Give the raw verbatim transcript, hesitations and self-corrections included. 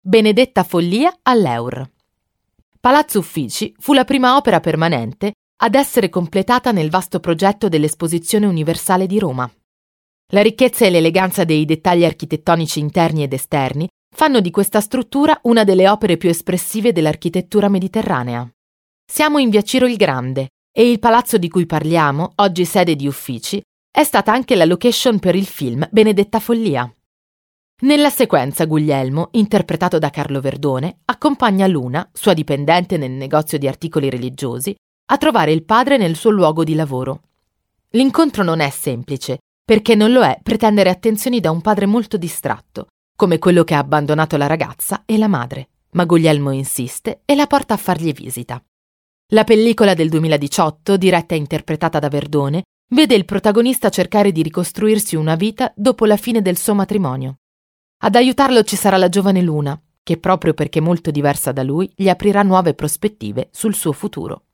Benedetta follia all'Eur. Palazzo Uffici fu la prima opera permanente ad essere completata nel vasto progetto dell'Esposizione Universale di Roma. La ricchezza e l'eleganza dei dettagli architettonici interni ed esterni fanno di questa struttura una delle opere più espressive dell'architettura mediterranea. Siamo in via Ciro il Grande e il palazzo di cui parliamo, oggi sede di Uffici, è stata anche la location per il film Benedetta follia. Nella sequenza Guglielmo, interpretato da Carlo Verdone, accompagna Luna, sua dipendente nel negozio di articoli religiosi, a trovare il padre nel suo luogo di lavoro. L'incontro non è semplice, perché non lo è pretendere attenzioni da un padre molto distratto, come quello che ha abbandonato la ragazza e la madre, ma Guglielmo insiste e la porta a fargli visita. La pellicola del duemiladiciotto, diretta e interpretata da Verdone, vede il protagonista cercare di ricostruirsi una vita dopo la fine del suo matrimonio. Ad aiutarlo ci sarà la giovane Luna, che proprio perché molto diversa da lui gli aprirà nuove prospettive sul suo futuro.